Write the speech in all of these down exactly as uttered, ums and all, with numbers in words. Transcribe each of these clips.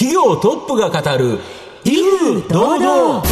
企業トップが語る威風堂々。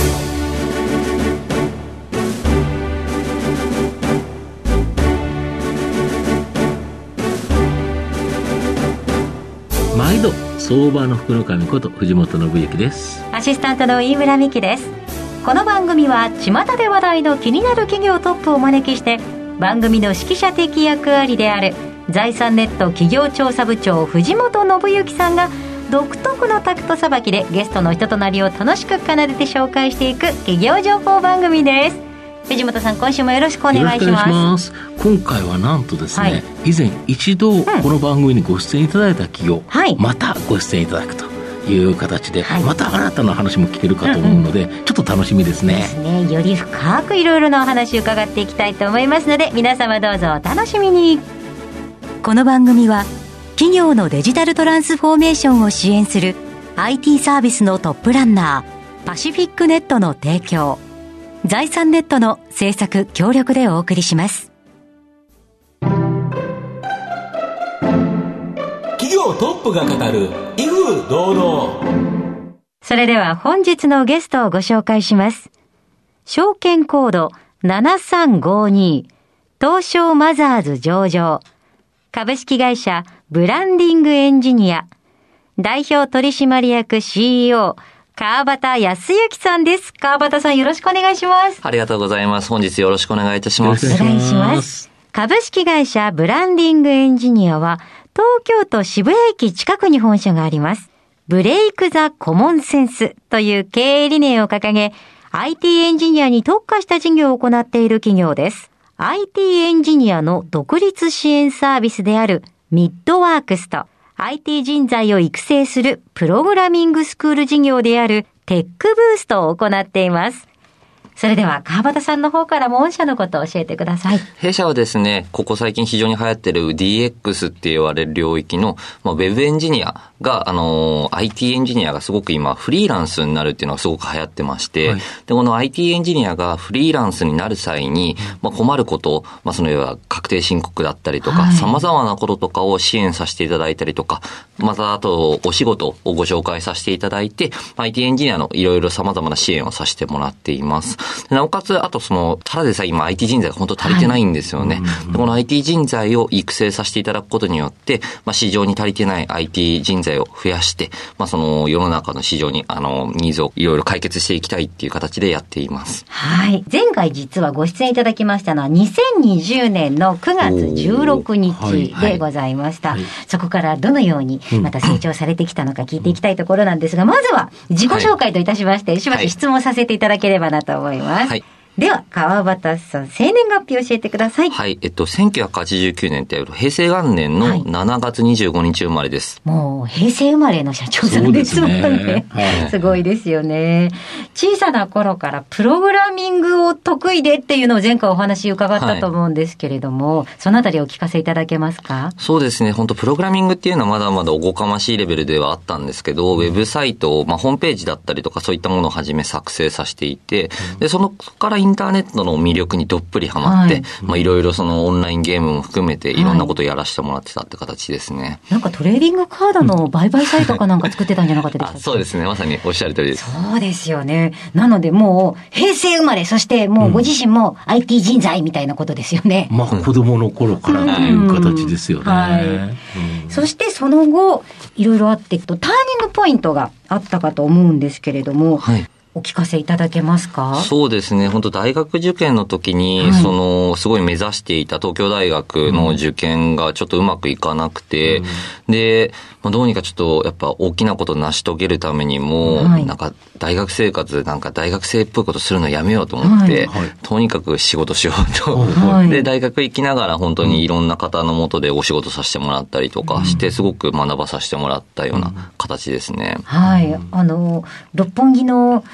毎度相場の福の神こと藤本信之です。 アシスタントの飯村美希です。この番組は巷で話題の気になる企業トップをお招きして、番組の指揮者的役割である財産ネット企業調査部長藤本信之さんが独特のタクトさばきでゲストの人となりを楽しく奏でて紹介していく企業情報番組です。藤本さん、今週もよろしくお願いします。 今回はなんとですね、はい、以前一度この番組にご出演いただいた企業、うん、またご出演いただくという形で、はい、また新たな話も聞けるかと思うので、うんうん、ちょっと楽しみですね。 ですね。より深くいろいろなお話を伺っていきたいと思いますので、皆様どうぞお楽しみに。この番組は企業のデジタルトランスフォーメーションを支援する アイティー サービスのトップランナーパシフィックネットの提供、財産ネットの制作協力でお送りします。 企業トップが語る威風堂々。 それでは本日のゲストをご紹介します。証券コードななさんごに東証マザーズ上場、株式会社ブランディングエンジニア代表取締役 シーイーオー 川端康之さんです。川端さん、よろしくお願いします。 ありがとうございます。本日よろしくお願いいたします。 お願いします。株式会社ブランディングエンジニアは東京都渋谷駅近くに本社があります。ブレイクザコモンセンスという経営理念を掲げ、 アイティー エンジニアに特化した事業を行っている企業です。アイティー エンジニアの独立支援サービスであるミッドワークスと アイティー 人材を育成するプログラミングスクール事業であるテックブーストを行っています。それでは川端さんの方からも御社のことを教えてください。 弊社はですね、ここ最近非常に流行っている ディーエックス って言われる領域の、まあ、ウェブエンジニアが、あのー、アイティー エンジニアがすごく今フリーランスになるっていうのがすごく流行ってまして、はい、で、この アイティー エンジニアがフリーランスになる際に、まあ、困ること、まあ、その要は確定申告だったりとか、はい、様々なこととかを支援させていただいたりとか、またあとお仕事をご紹介させていただいて、アイティー エンジニアのいろいろ様々な支援をさせてもらっています。なおかつ、あとその、ただでさえ今 アイティー 人材が本当足りてないんですよね。はい、この アイティー 人材を育成させていただくことによって、まあ、市場に足りてない アイティー 人材を増やして、まあ、その世の中の市場に、あの、ニーズをいろいろ解決していきたいっていう形でやっています。 はい。前回実はご出演いただきましたのはにせんにじゅうねんのくがつじゅうろくにちでございました。はいはい、そこからどのようにまた成長されてきたのか聞いていきたいところなんですが、まずは自己紹介といたしまして、はい、しばし質問させていただければなと思います。はい。では、川端さん、生年月日を教えてください。 はい。えっと、せんきゅうひゃくはちじゅうきゅうねんって平成元年のしちがつにじゅうごにち生まれです。 はい、もう、平成生まれの社長さんですもんね。そうですね。はい、すごいですよね。小さな頃からプログラミングを得意でっていうのを前回お話伺ったと思うんですけれども、はい、そのあたりお聞かせいただけますか？ そうですね。本当プログラミングっていうのはまだまだおこがましいレベルではあったんですけど、うん、ウェブサイトを、まあ、ホームページだったりとかそういったものをはじめ作成させていて、うん、で、そのからインターネットの魅力にどっぷりハマって、はい、まあいろいろそのオンラインゲームも含めていろんなことをやらせてもらってたって形ですね。はい、 なんかトレーディングカードの売買サイトかなんか作ってたんじゃなかったですか？ そうですね。まさにおっしゃる通りです。 そうですよね。なのでもう平成生まれ、そしてもうご自身も アイティー 人材みたいなことですよね。 うん、まあ子供の頃からという形ですよね。うん、はい、うん。 そしてその後いろいろあっていくとターニングポイントがあったかと思うんですけれども。はい、お聞かせいただけますか？ そうですね。本当大学受験の時に、はい、その、すごい目指していた東京大学の受験がちょっとうまくいかなくて、うん、で、まあ、どうにかちょっとやっぱ大きなことを成し遂げるためにも、はい、なんか大学生活、なんか大学生っぽいことするのやめようと思って、はい、とにかく仕事しようと。はい、で、大学行きながら本当にいろんな方の下でお仕事させてもらったりとかして、すごく学ばさせてもらったような形ですね。 はい。あの、六本木の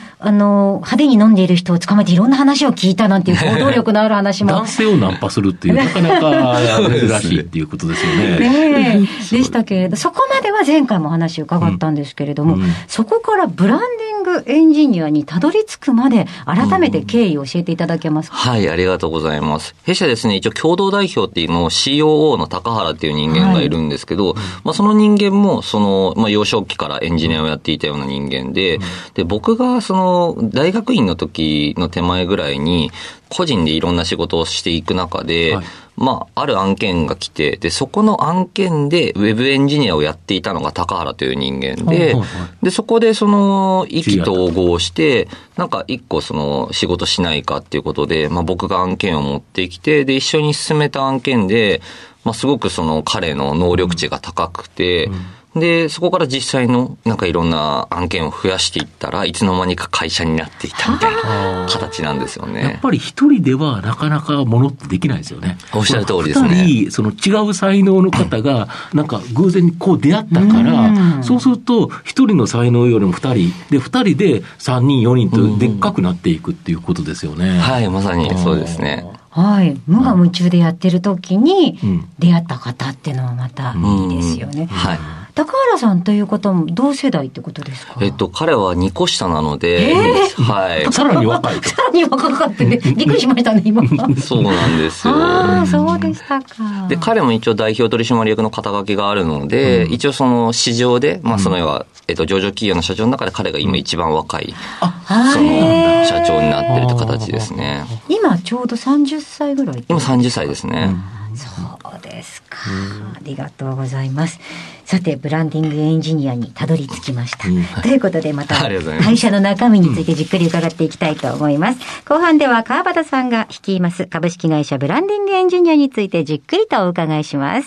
あの、派手に飲んでいる人を捕まえていろんな話を聞いたなんていう行動力のある話も。 男性をナンパするっていう、なかなか珍しいっていうことですよね。 ねえ。でしたけれど、そこまでは前回も話を伺ったんですけれども、うんうん、そこからブランディングエンジニアにたどり着くまで、改めて経緯を教えていただけますか。 うん、はい、ありがとうございます。弊社ですね、一応共同代表っていうのを シーオーオー の高原っていう人間がいるんですけど、はい、まあ、その人間も、その、まあ、幼少期からエンジニアをやっていたような人間で、うん、で、僕がその、大学院の時の手前ぐらいに、個人でいろんな仕事をしていく中で、はい、まあ、ある案件が来て、で、そこの案件でウェブエンジニアをやっていたのが高原という人間で、はい、で、そこでその、意気投合して、なんか一個その仕事しないかっていうことで、まあ僕が案件を持ってきて、で、一緒に進めた案件で、まあすごくその彼の能力値が高くて、うんうんで、そこから実際のなんかいろんな案件を増やしていったらいつの間にか会社になっていたみたいな形なんですよね。 やっぱり一人ではなかなかものってできないですよね。 おっしゃる通りですね。 二人その違う才能の方がなんか偶然にこう出会ったから、うん、そうすると一人の才能よりも二人で二人で三人四人とでっかくなっていくっていうことですよね。 うん、はい、まさにそうですね。 はい。無我夢中でやってる時に出会った方っていうのはまたいいですよね。うんうん、はい。高原さんという方も同世代ってことですか？ えっと、彼はにこ下なので、 えー、はい。 さらに若い。 さらに若かってね、びっくりしましたね、今。 そうなんですよ。 ああ、そうでしたか。 で、彼も一応代表取締役の肩書きがあるので、うん、一応その市場で、まあその要は、えっと、上場企業の社長の中で彼が今一番若い、 あその社長になってるという形ですね。 今ちょうどさんじゅっさいぐらい？ 今さんじゅっさいですね。 うん、そうですか。ありがとうございます。さて、ブランディングエンジニアにたどり着きました。うん、ということで、また会社の中身についてじっくり伺っていきたいと思います。うん、後半では川端さんが率います株式会社ブランディングエンジニアについてじっくりとお伺いします。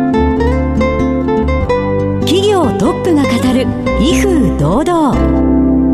企業トップが語る威風堂々。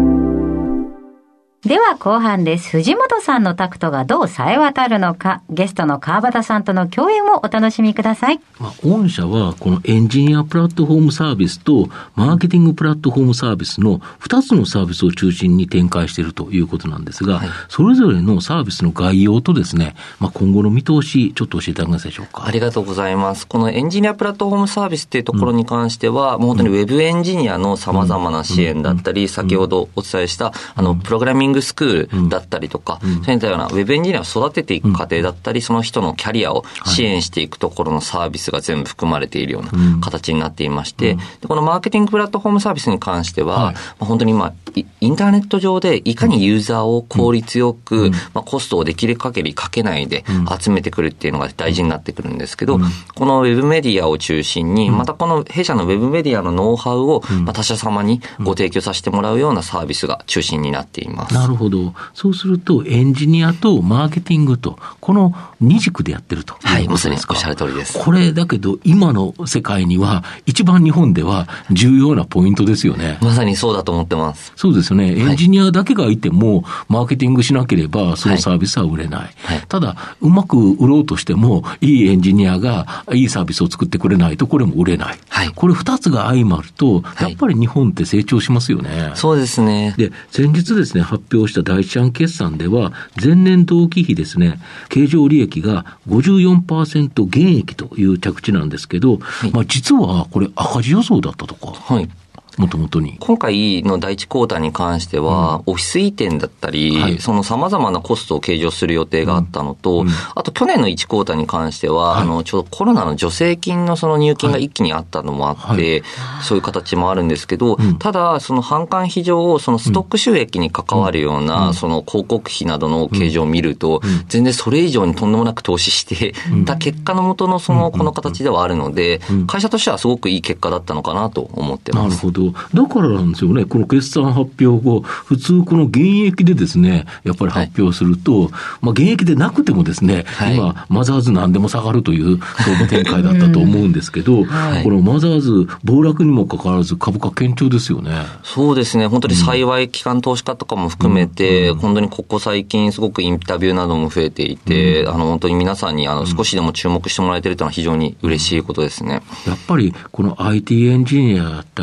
では後半です。藤本さんのタクトがどう冴え渡るのか、ゲストの川端さんとの共演をお楽しみください。 まあ、御社はこのエンジニアプラットフォームサービスとマーケティングプラットフォームサービスのふたつのサービスを中心に展開しているということなんですが、はい、それぞれのサービスの概要とですね、まあ、今後の見通しちょっと教えていただけますでしょうか。 ありがとうございます。このエンジニアプラットフォームサービスっていうところに関しては、うん、もう本当にウェブエンジニアの様々な支援だったり、うん、先ほどお伝えしたあのプログラミングスクールだったりとか、うん、そういったようなウェブエンジニアを育てていく過程だったり、うん、その人のキャリアを支援していくところのサービスが全部含まれているような形になっていまして、うん、でこのマーケティングプラットフォームサービスに関しては、はい、まあ、本当に今インターネット上でいかにユーザーを効率よく、うん、まあ、コストをできる限りかけないで集めてくるっていうのが大事になってくるんですけど、うん、このウェブメディアを中心に、またこの弊社のウェブメディアのノウハウを、まあ、他社様にご提供させてもらうようなサービスが中心になっています。 なるほど。そうするとエンジニアとマーケティングとこの二軸でやってるということですか。はい、まさにおっしゃる通りです。 これだけど今の世界には一番日本では重要なポイントですよね。 まさにそうだと思ってます。 そうですよね。エンジニアだけがいても、はい、マーケティングしなければそのサービスは売れない。はいはい、ただうまく売ろうとしてもいいエンジニアがいいサービスを作ってくれないとこれも売れない。はい、これ二つが相まるとやっぱり日本って成長しますよね。 はい、そうですね。 で先日ですね発表した第一四半期決算では前年同期比ですね、経常利益が ごじゅうよんパーセント 減益という着地なんですけど、はい、まあ実はこれ赤字予想だったとか。はい。もともとに。 今回の第一クォーターに関しては、うん、オフィス移転だったり、はい、その様々なコストを計上する予定があったのと、うんうん、あと去年のいちクォーターに関しては、はい、あの、ちょうどコロナの助成金のその入金が一気にあったのもあって、はいはい、そういう形もあるんですけど、うん、ただ、その販管費上、そのストック収益に関わるような、うん、その広告費などの計上を見ると、うん、全然それ以上にとんでもなく投資してた結果のもとのその、この形ではあるので、会社としてはすごくいい結果だったのかなと思ってます。 なるほど。だからなんですよね。この決算発表後、普通この減益でですね、やっぱり発表すると、はい、まあ減益でなくてもですね、はい、今マザーズ何でも下がるという相場展開だったと思うんですけど、うんはい、このマザーズ暴落にもかかわらず株価堅調ですよね。 そうですね。本当に幸い機関投資家とかも含めて、うん、本当にここ最近すごくインタビューなども増えていて、うん、あの本当に皆さんにあの少しでも注目してもらえているというのは非常に嬉しいことですね。 やっぱりこの アイティー エンジニアだったり、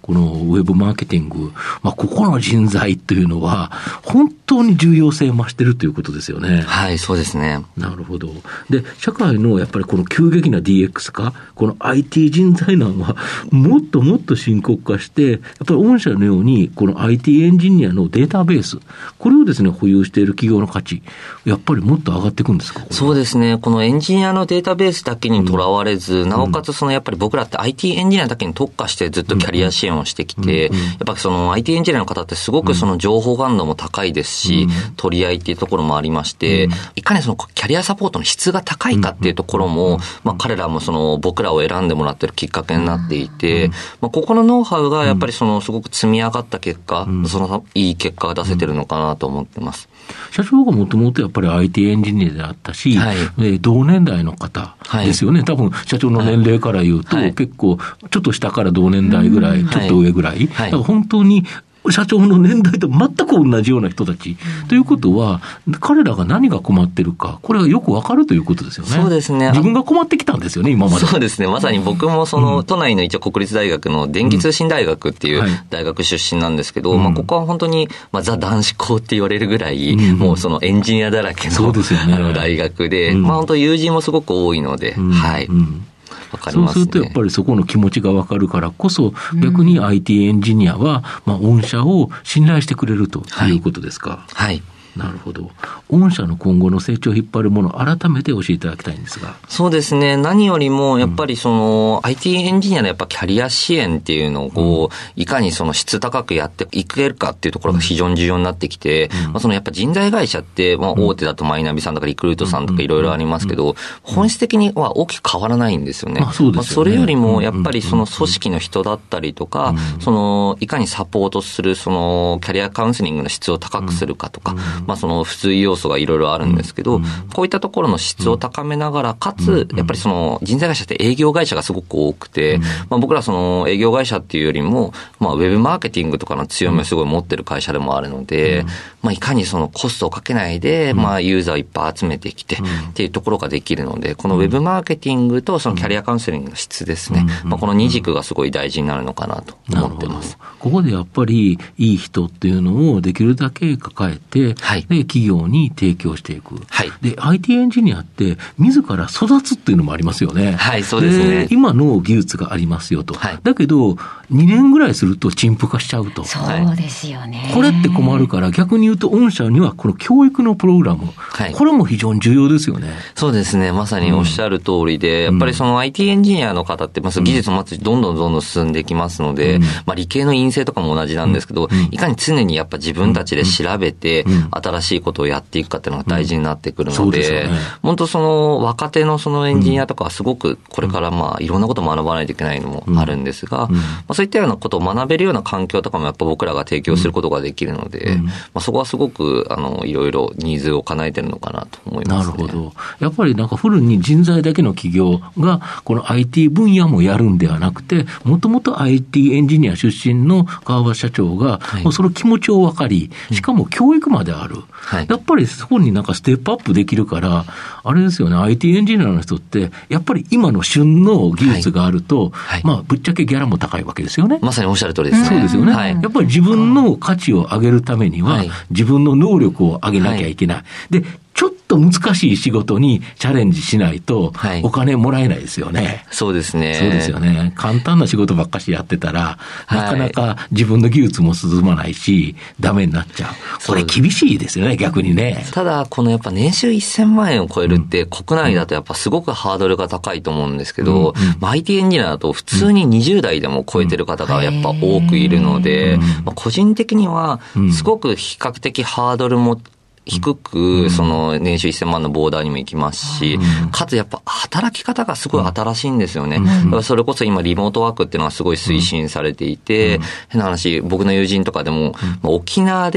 このウェブマーケティング、まあ、ここの人材というのは本当に重要性を増しているということですよね。 はい、そうですね。 なるほど。で、社会のやっぱりこの急激な ディーエックス 化、この アイティー 人材難はもっともっと深刻化して、やっぱり御社のようにこの アイティー エンジニアのデータベース、これをですね、保有している企業の価値、やっぱりもっと上がっていくんですか？ そうですね。このエンジニアのデータベースだけにとらわれず、うん、なおかつそのやっぱり僕らって アイティー エンジニアだけに特化してずっとキャリア支援をしてきて、うんうん、やっぱりその アイティー エンジニアの方ってすごくその情報感度も高いですし、うん、取り合いっていうところもありまして、うん、いかにそのキャリアサポートの質が高いかっていうところも、うん、まあ彼らもその僕らを選んでもらってるきっかけになっていて、うん、まあここのノウハウがやっぱりそのすごく積み上がった結果、うん、そのいい結果が出せてるのかなと思ってます。 社長がもともとやっぱり アイティー エンジニアであったし、はい、えー、同年代の方ですよね、はい、多分社長の年齢から言うと、はい、結構ちょっと下から同年代ぐらい、はい、ちょっと上ぐらい、はい、だから本当に社長の年代と全く同じような人たち、うん、ということは彼らが何が困ってるか、これがよくわかるということですよね。 そうですね。 自分が困ってきたんですよね、今まで。 そうですね。まさに僕もその、うん、都内の一応国立大学の電気通信大学っていう大学出身なんですけど、うん、はい、まあ、ここは本当に、まあ、ザ男子校って言われるぐらい、うん、もうそのエンジニアだらけの、そうですよね、あの大学で、うん、まあ本当友人もすごく多いので、うん、はい。うん、わかりますね。そうするとやっぱりそこの気持ちがわかるからこそ、逆に アイティー エンジニアは、まあ、御社を信頼してくれるということですか。 はい。はい、 なるほど。御社の今後の成長を引っ張るものを改めて教えていただきたいんですが。 そうですね。何よりもやっぱりその、うん、アイティー エンジニアのやっぱキャリア支援っていうのをこう、うん、いかにその質高くやっていけるかっていうところが非常に重要になってきて、うん、まあ、そのやっぱ人材会社って、まあ、大手だとマイナビさんとかリクルートさんとかいろいろありますけど、本質的には大きく変わらないんですよね。まあ、そうですよね。まあ、それよりもやっぱりその組織の人だったりとか、うん、そのいかにサポートするそのキャリアカウンセリングの質を高くするかとか、うん、まあその普通要素がいろいろあるんですけど、うん、こういったところの質を高めながら、かつ、やっぱりその人材会社って営業会社がすごく多くて、うん、まあ、僕らその営業会社っていうよりも、まあ、ウェブマーケティングとかの強みをすごい持ってる会社でもあるので、うん、まあ、いかにそのコストをかけないで、まあ、ユーザーをいっぱい集めてきて、っていうところができるので、このウェブマーケティングとそのキャリアカウンセリングの質ですね。まあ、この二軸がすごい大事になるのかなと思ってます。 ここでやっぱりいい人っていうのをできるだけ抱えて、はい、で企業に提供していく。はい。で、アイティー エンジニアって自ら育つっていうのもありますよね。 はい、そうですね。 で、今の技術がありますよと。はい。だけど、にねんぐらいすると陳腐化しちゃうと。 そうですよね。 これって困るから、逆に言うと御社にはこの教育のプログラム。はい。これも非常に重要ですよね。 そうですね。まさにおっしゃる通りで、うん、やっぱりその アイティー エンジニアの方って、まあ、技術もどんどんどんどん進んでいきますので、うん、まあ、理系の院生とかも同じなんですけど、うん、いかに常にやっぱ自分たちで調べて、うん、新しいことをやっていくかっていうのが大事になってくるので、うん、ね、本当その若手のそのエンジニアとかはすごくこれからまあいろんなことを学ばないといけないのもあるんですが、うん、まあ、そういったようなことを学べるような環境とかもやっぱ僕らが提供することができるので、うん、まあ、そこはすごくあのいろいろニーズを叶えてるのかなと思いますね。 なるほど。やっぱりなんかフルに人材だけの企業がこの アイティー 分野もやるんではなくて、もともと アイティー エンジニア出身の川端社長が、はい、もうその気持ちを分かり、しかも教育まである、はい、やっぱりそこになんかステップアップできるから、あれですよね、アイティー エンジニアの人ってやっぱり今の旬の技術があると、はいはい、まあぶっちゃけギャラも高いわけですよね。 まさにおっしゃる通りですね。 そうですよね、はい、やっぱり自分の価値を上げるためには、はい、自分の能力を上げなきゃいけない、はい、でちょっと難しい仕事にチャレンジしないとお金もらえないですよね、はい、 そうですね。 そうですよね。簡単な仕事ばっかしやってたら、はい、なかなか自分の技術も進まないしダメになっちゃう。これ厳しいですよね、逆にね。 ただこのやっぱ年収せんまんえんを超えるって、うん、国内だとやっぱすごくハードルが高いと思うんですけど、うんうん、まあ、アイティー エンジニアだと普通ににじゅう代でも超えてる方がやっぱ多くいるので、うん、まあ、個人的にはすごく比較的ハードルも低く、その年収せんまんのボーダーにも行きますし、かつやっぱ働き方がすごい新しいんですよね。だからそれこそ今リモートワークっていうのはすごい推進されていて、変な話、僕の友人とかでも、まあ、沖縄で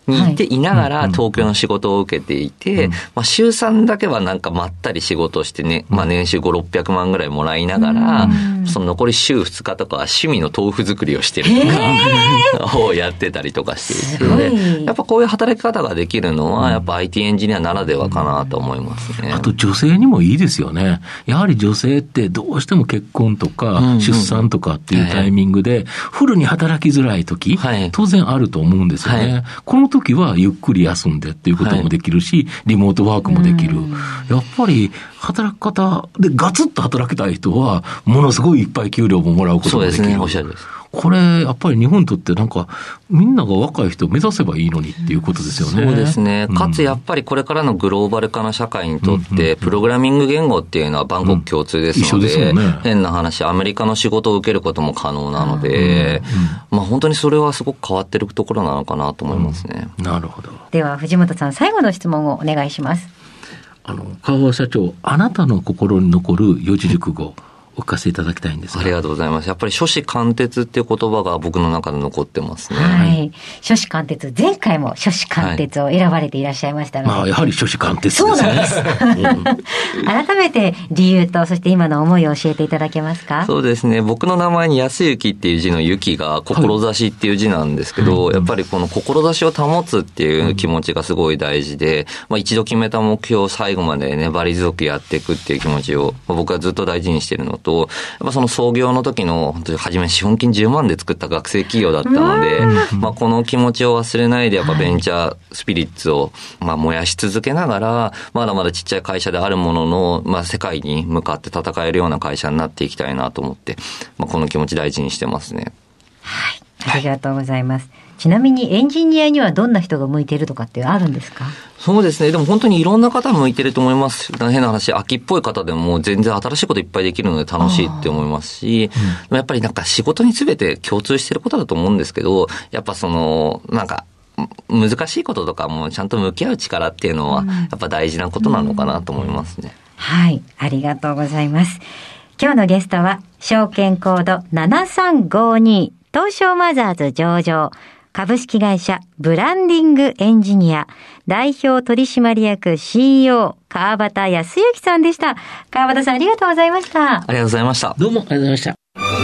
にいていながら東京の仕事を受けていて、まあ、週さんだけはなんかまったり仕事してね、まあ、年収ご、ろっぴゃくまんぐらいもらいながら、その残り週ふつかとかは趣味の豆腐作りをしてるとかをやってたりとかしていて、やっぱこういう働き方ができるのはやっぱ アイティー エンジニアならではかなと思いますね。 あと女性にもいいですよね。やはり女性ってどうしても結婚とか出産とかっていうタイミングでフルに働きづらい時、当然あると思うんですよね。はい、この時はゆっくり休んでっていうこともできるし、はい、リモートワークもできる。やっぱり働き方でガツッと働きたい人はものすごいいっぱい給料ももらうことができる。 そうですね、おっしゃるです。 これやっぱり日本にとってなんかみんなが若い人を目指せばいいのにっていうことですよね。 そうですね。かつやっぱりこれからのグローバル化の社会にとってプログラミング言語っていうのは万国共通ですので、うん、一緒ですよね。変な話アメリカの仕事を受けることも可能なので、うんうん、まあ本当にそれはすごく変わってるところなのかなと思いますね。 うん、なるほど。 では藤本さん最後の質問をお願いします。 あの川場社長、あなたの心に残る四字熟語お聞かせいただきたいんですが。 ありがとうございます。やっぱり初志貫徹っていう言葉が僕の中で残ってますね。 はい。初志貫徹、前回も初志貫徹を選ばれていらっしゃいましたので。 はい、まあやはり初志貫徹ですね。 そうなんです。改めて理由とそして今の思いを教えていただけますか。 そうですね。僕の名前に安幸っていう字の幸が志っていう字なんですけど、はい、やっぱりこの志を保つっていう気持ちがすごい大事で、まあ一度決めた目標を最後まで粘り強くやっていくっていう気持ちを僕はずっと大事にしているのと、と、やっぱその創業の時の、本当に初め資本金じゅうまんで作った学生企業だったので、まあこの気持ちを忘れないで、やっぱベンチャースピリッツを、まあ燃やし続けながら、まだまだちっちゃい会社であるものの、まあ世界に向かって戦えるような会社になっていきたいなと思って、まあこの気持ち大事にしてますね。 はい。ありがとうございます。ちなみにエンジニアにはどんな人が向いているとかってあるんですか？ そうですね。でも本当にいろんな方向いてると思います。変な話、秋っぽい方でも全然新しいこといっぱいできるので楽しいって思いますし、うん、やっぱりなんか仕事に全て共通してることだと思うんですけど、やっぱその、なんか、難しいこととかもちゃんと向き合う力っていうのは、やっぱ大事なことなのかなと思いますね。 うんうん、はい。ありがとうございます。今日のゲストは、証券コードななさんごに、東証マザーズ上場、株式会社ブランディングエンジニア代表取締役 シーイーオー 川端康之さんでした。川端さんありがとうございました。 ありがとうございました。 どうもありがとうございました。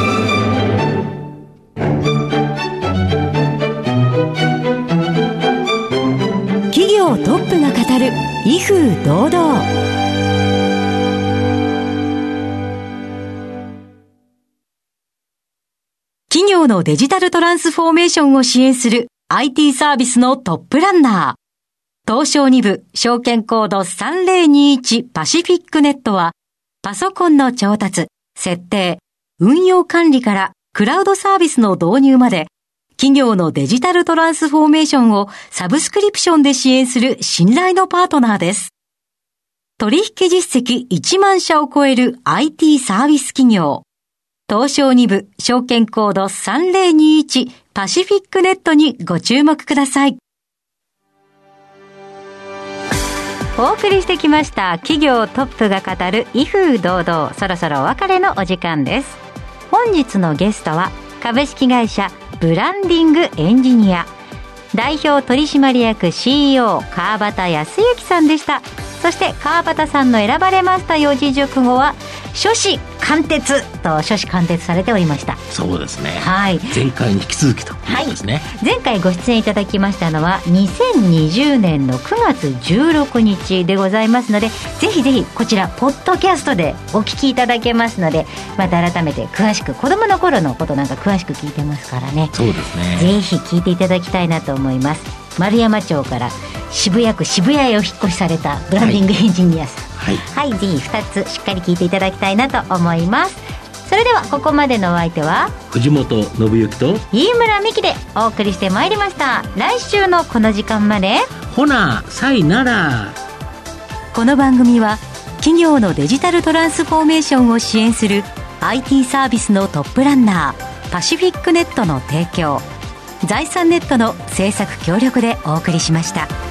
企業トップが語る威風堂々。企業のデジタルトランスフォーメーションを支援する アイティー サービスのトップランナー。東証に部証券コードさんぜろにいちパシフィックネットはパソコンの調達、設定、運用管理からクラウドサービスの導入まで企業のデジタルトランスフォーメーションをサブスクリプションで支援する信頼のパートナーです。取引実績いちまんしゃを超える アイティー サービス企業。東証に部証券コードさんぜろにいちパシフィックネットにご注目ください。 お送りしてきました企業トップが語る威風堂々、そろそろお別れのお時間です。本日のゲストは株式会社ブランディングエンジニア代表取締役 シーイーオー 川端康之さんでした。そして川端さんの選ばれました四字熟語は初志貫徹と初志貫徹されておりました。 そうですね、 はい、 前回に引き続きということですね、 はい、前回ご出演いただきましたのはにせんにじゅうねんのくがつじゅうろくにちでございますので、ぜひぜひこちらポッドキャストでお聞きいただけますので、また改めて詳しく子供の頃のことなんか詳しく聞いてますからね。 そうですね、 ぜひ聞いていただきたいなと思います。丸山町から渋谷区渋谷へお引っ越しされたブランディングエンジニアさん、はい、はいはい、ぜひふたつしっかり聞いていただきたいなと思います。それではここまでのお相手は藤本信之と飯村美希でお送りしてまいりました。来週のこの時間までほなさいなら。 この番組は企業のデジタルトランスフォーメーションを支援する アイティー サービスのトップランナーパシフィックネットの提供、財産ネットの制作協力でお送りしました。